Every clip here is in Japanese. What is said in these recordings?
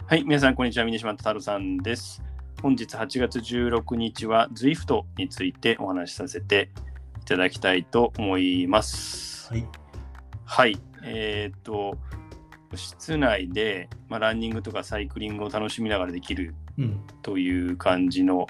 はい、皆さんこんにちは。峰島太郎さんです。本日8月16日は Zwift についてお話しさせていただきたいと思います。 はい。 はい。室内で、ランニングとかサイクリングを楽しみながらできるという感じの、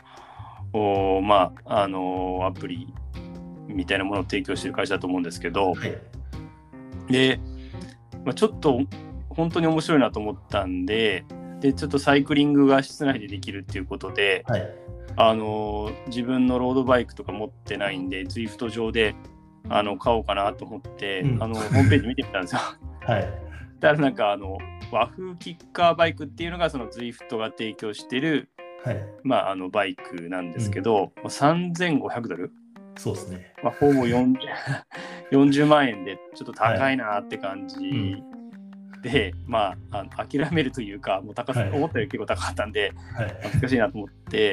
アプリみたいなものを提供している会社だと思うんですけど、 はい。 で、ちょっと本当に面白いなと思ったんで、ちょっとサイクリングが室内でできるっていうことで、 はい。 自分のロードバイクとか持ってないんで、Zwift 上で買おうかなと思って、ホームページ見てみたんですよ。 はい。 だからなんか和風キッカーバイクっていうのがその Zwift が提供してる、 はい。 バイクなんですけど、$3500、 そうですね。 ほぼ40万円でちょっと高いなって感じで、諦めるというか、もう思ったより結構高かったんで、難しいなと思って、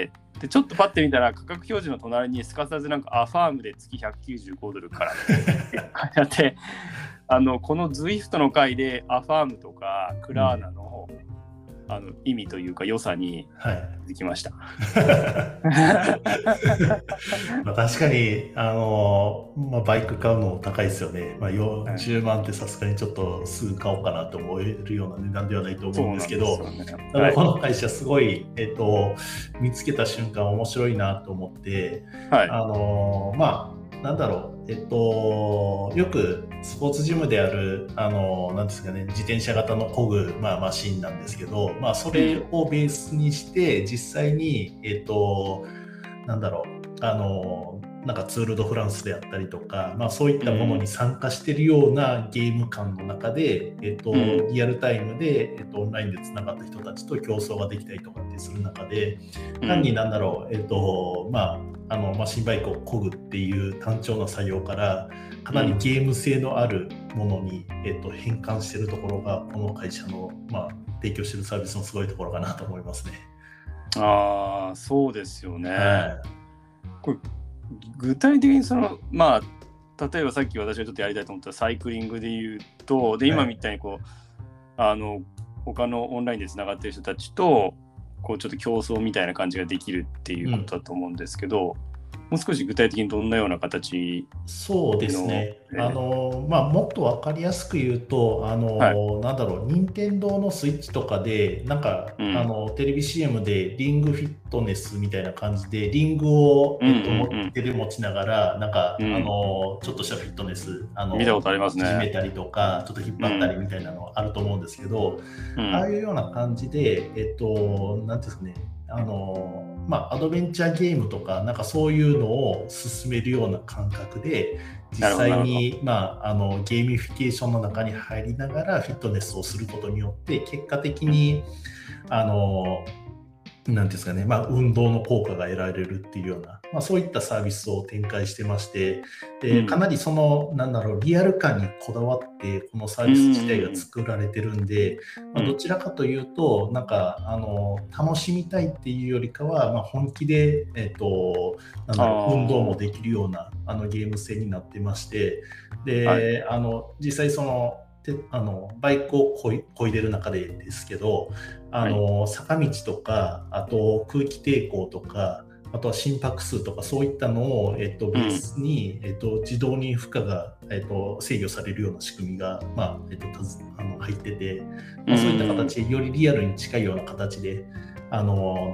でちょっとパッて見たら価格表示の隣にすかさずなんかアファームで月$195からって書いてあってこの Zwift の回でアファームとかクラーナの、意味というか良さに気づきました。 確かにバイク買うの高いですよね。40万ってさすがにちょっとすぐ買おうかなと思えるような値段ではないと思うんですけど、ただこの会社すごい、見つけた瞬間面白いなと思って、なんだろう、よくスポーツジムである、なんですかね、自転車型の漕ぐ、マシンなんですけど、それをベースにして、実際に、なんだろう、なんかツール・ド・フランスであったりとか、そういったものに参加しているようなゲーム感の中で、リアルタイムで、オンラインでつながった人たちと競争ができたりとかってする中で、単になんだろう、マシンバイクを漕ぐっていう単調な作業からかなりゲーム性のあるものに、変換しているところがこの会社の、提供しているサービスのすごいところかなと思いますね。 そうですよね。 はい、 これ具体的にその例えばさっき私がちょっとやりたいと思ったサイクリングで言うと、で今みたいにこう他のオンラインでつながってる人たちとこうちょっと競争みたいな感じができるっていうことだと思うんですけど、もう少し具体的にどんなような形そうですね。もっと分かりやすく言うと、なんだろう、任天堂のスイッチとかで、なんか、テレビ CM でリングフィットネスみたいな感じで、リングを、手で持ちながら、なんか、ちょっとしたフィットネス、 見たことありますね。 縮めたりとか、ちょっと引っ張ったりみたいなのあると思うんですけど、ああいうような感じで、なんていうんですかね、アドベンチャーゲームとか、なんかそういうのを進めるような感覚で、実際に、ゲーミフィケーションの中に入りながらフィットネスをすることによって、結果的に、なんですかね、運動の効果が得られるっていうような、そういったサービスを展開してまして、でかなりその、リアル感にこだわって、このサービス自体が作られてるんで、どちらかというと、なんか、楽しみたいっていうよりかは、本気で、運動もできるようなゲーム性になってまして、で、実際その、バイクを漕いでる中でですけど、坂道とか、あと空気抵抗とか、あとは心拍数とかそういったのを、ベースに、自動に負荷が、制御されるような仕組みが、入ってて、そういった形でよりリアルに近いような形で、バ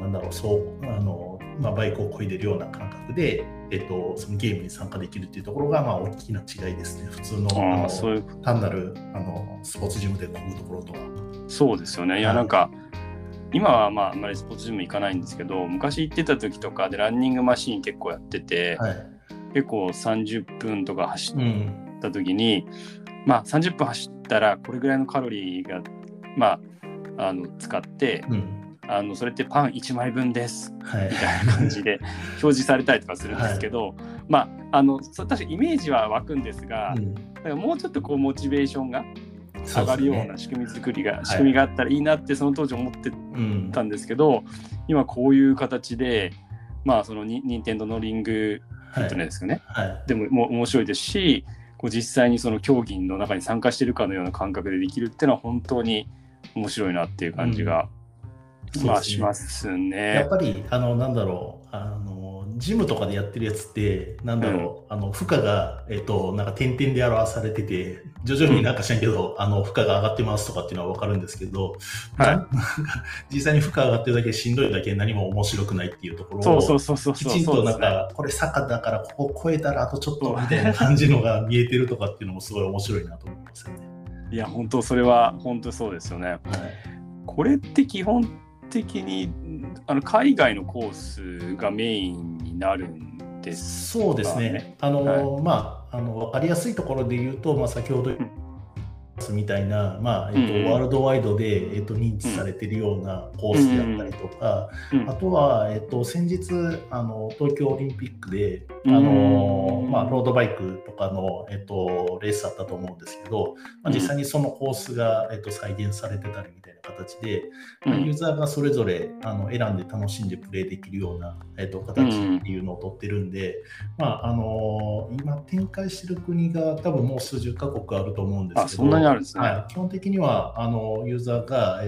イクを漕いでるような感覚で、そのゲームに参加できるっていうところが、大きな違いですね。普通の単なるスポーツジムで漕ぐところとは。 そうですよね。いや、なんか今はあんまりスポーツジム行かないんですけど、昔行ってた時とかでランニングマシーン結構やってて、結構30分とか走った時に、30分走ったらこれぐらいのカロリーが使って、それってパン1枚分です、みたいな感じで表示されたりとかするんですけど、確かにイメージは湧くんですが、だからもうちょっとこうモチベーションが上がるような仕組みがあったらいいなってその当時思ってたんですけど、今こういう形で、その任天堂のリングフィットネスね、でも面白いですし、こう実際にその競技の中に参加しているかのような感覚でできるっていうのは本当に面白いなっていう感じがまあしますね。 やっぱりなんだろう、ジムとかでやってるやつって、なんだろう、負荷が、なんか点々で表されてて、徐々になんかしないけど、負荷が上がってますとかっていうのはわかるんですけど、実際に負荷上がってるだけしんどいだけ何も面白くないっていうところを、きちんとなんか、これ坂だからここ越えたらあとちょっとみたいな感じのが見えてるとかっていうのもすごい面白いなと思いますよね。 いや、本当それは本当そうですよね。これって基本的に海外のコースがメインになるんですかね。 そうですね。まあ、わかりやすいところで言うと、先ほどみたいな、ワールドワイドで、認知されているようなコースであったりとか、あとは、先日東京オリンピックでロードバイクとかの、レースあったと思うんですけど、実際にそのコースが、再現されてたりみたいな形で、ユーザーがそれぞれ選んで楽しんでプレイできるような、形っていうのを取ってるんで、今展開している国が多分もう数十カ国あると思うんですけど、 そんなにあるんですね。 基本的にはユーザーが、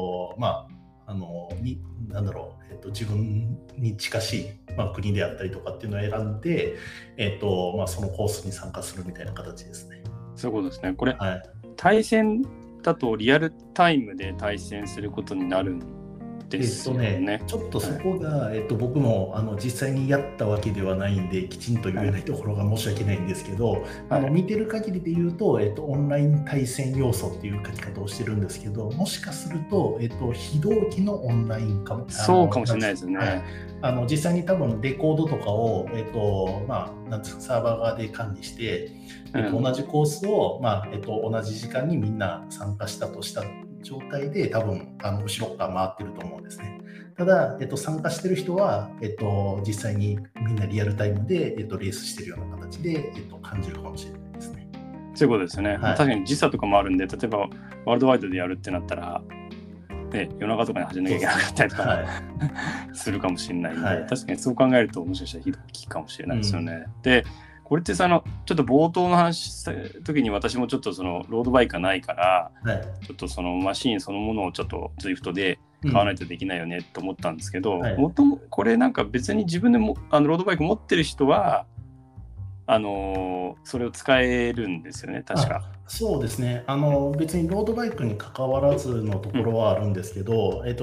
なんだろう、自分に近しい、国であったりとかっていうのを選んで、そのコースに参加するみたいな形ですね。 そういうことですね。これ、対戦だとリアルタイムで対戦することになるんですよね。 ちょっとそこが、僕も実際にやったわけではないんできちんと言えないところが申し訳ないんですけど、見てる限りで言うと、オンライン対戦要素っていう書き方をしてるんですけど、もしかすると、非同期のオンラインかも。 そうかもしれないですね。 実際に多分レコードとかを、なんですか、サーバー側で管理して、同じコースを、同じ時間にみんな参加したとした状態で多分後ろから回ってると思うんですね。ただ、参加してる人は、実際にみんなリアルタイムで、レースしてるような形で、感じるかもしれないですね。 そういうことですね。確かに時差とかもあるんで、例えばワールドワイドでやるってなったら、夜中とかに始めなきゃいけなかったりとか、するかもしれないんで、確かにそう考えるともしかしたら非同期かもしれないですよね。で、これってちょっと冒頭の話した時に私もちょっとそのロードバイクがないから、ちょっとそのマシーンそのものをちょっと Zwift で買わないとできないよねと思ったんですけど、これなんか別に自分でもロードバイク持ってる人はそれを使えるんですよね、確か。 そうですね。別にロードバイクに関わらずのところはあるんですけど、サー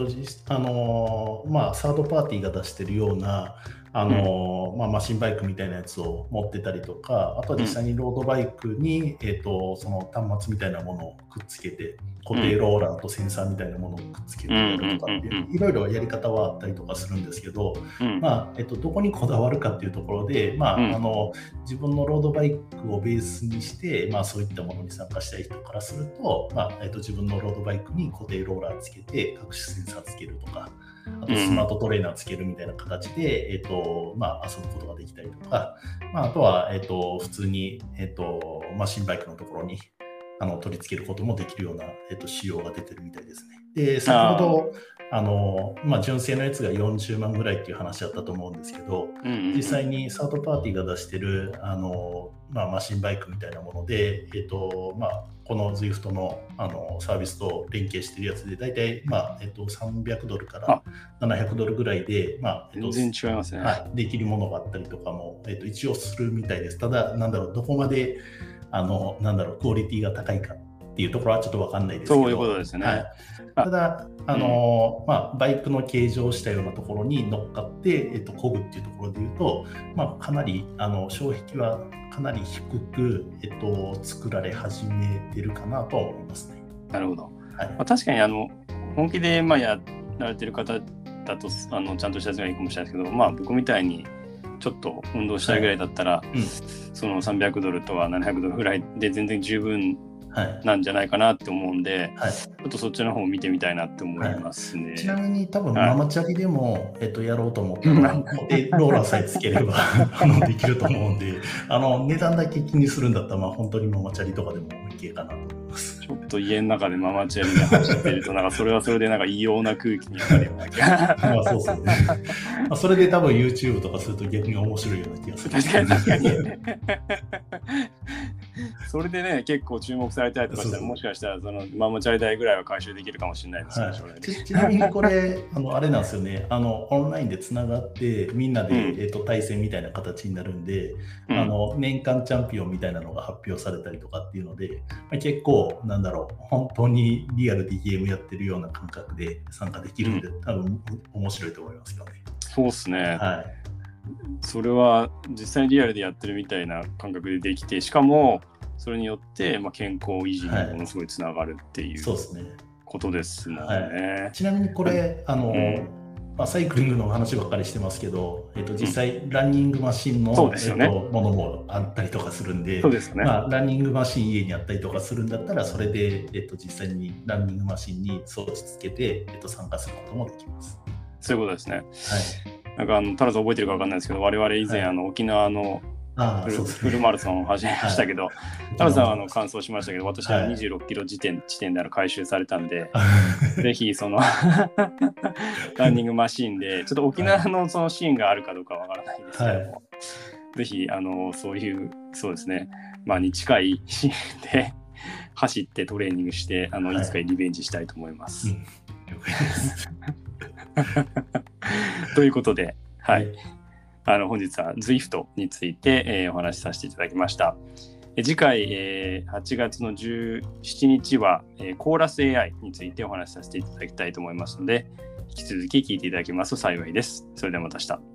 ドパーティーが出してるようなマシンバイクみたいなやつを持ってたりとか、あとは実際にロードバイクに、その端末みたいなものをくっつけて、固定ローラーとセンサーみたいなものをくっつけてやるとかっていう、いろいろやり方はあったりとかするんですけど、どこにこだわるかっていうところで、自分のロードバイクをベースにして、そういったものに参加したい人からすると、自分のロードバイクに固定ローラーつけて、各種センサーつけるとか、あとスマートトレーナーつけるみたいな形で、遊ぶことができたりとか、あとは、普通に、マシンバイクのところに取り付けることもできるような、仕様が出てるみたいですね。で、先ほど純正のやつが40万ぐらいっていう話だったと思うんですけど、実際にサードパーティーが出してるマシンバイクみたいなもので、この Zwift のサービスと連携してるやつで、だいたい300ドルから700ドルぐらいで、 全然違いますね。 できるものがあったりとかも、一応するみたいです。ただ、どこまでクオリティが高いかっていうところはちょっと分かんないですけど、 そういうことですね。 ただバイクの形状をしたようなところに乗っかって、漕ぐっていうところでいうと、かなり障壁はかなり低く、作られ始めてるかなと思いますね。 なるほど。確かに本気でやられてる方だとちゃんとしたやつがいいかもしれないですけど、僕みたいにちょっと運動したいぐらいだったら、その300ドルとか700ドルぐらいで全然十分なんじゃないかなって思うんで、ちょっとそっちの方を見てみたいなって思いますね。 ちなみに多分ママチャリでも、やろうと思ったら固定ローラーさえつければできると思うんで、値段だけ気にするんだったら本当にママチャリとかでもいけかなと思います。 ちょっと家の中でママチャリで走ってるとそれはそれで異様な空気になるような気がそうですね。それで多分 YouTube とかすると逆に面白いような気がする。 確かにそれでね、結構注目されたりとかしたら、もしかしたらそのママチャリ代ぐらいは回収できるかもしれないですね、将来で。ちなみにこれあれなんですよね、オンラインでつながってみんなで、対戦みたいな形になるんで、年間チャンピオンみたいなのが発表されたりとかっていうので、結構本当にリアルでゲームやってるような感覚で参加できるんで、多分面白いと思いますよね。 そうですね。それは実際にリアルでやってるみたいな感覚でできて、しかもそれによって、健康維持にものすごいつながるっていうことですもんね。 ちなみにこれサイクリングの話ばっかりしてますけど、実際ランニングマシンの、ものもあったりとかするんで、ランニングマシン家にあったりとかするんだったらそれで、実際にランニングマシンに装置つけて、参加することもできます。 そういうことですね。なんかタラさん覚えてるか分かんないですけど、我々以前、沖縄のフルマラソンを始めましたけど、タラさんは完走しましたけど、私は26キロ地点で回収されたんで、ぜひそのランニングマシーンで、ちょっと沖縄のそのシーンがあるかどうかわからないですけども、ぜひそういうそうですね、に近いシーンで走ってトレーニングして、いつかリベンジしたいと思います。 了解です。 ということで、本日は Zwift について、お話しさせていただきました。次回、8月の17日は、コーラス AI についてお話しさせていただきたいと思いますので、引き続き聞いていただけますと幸いです。それではまた明日。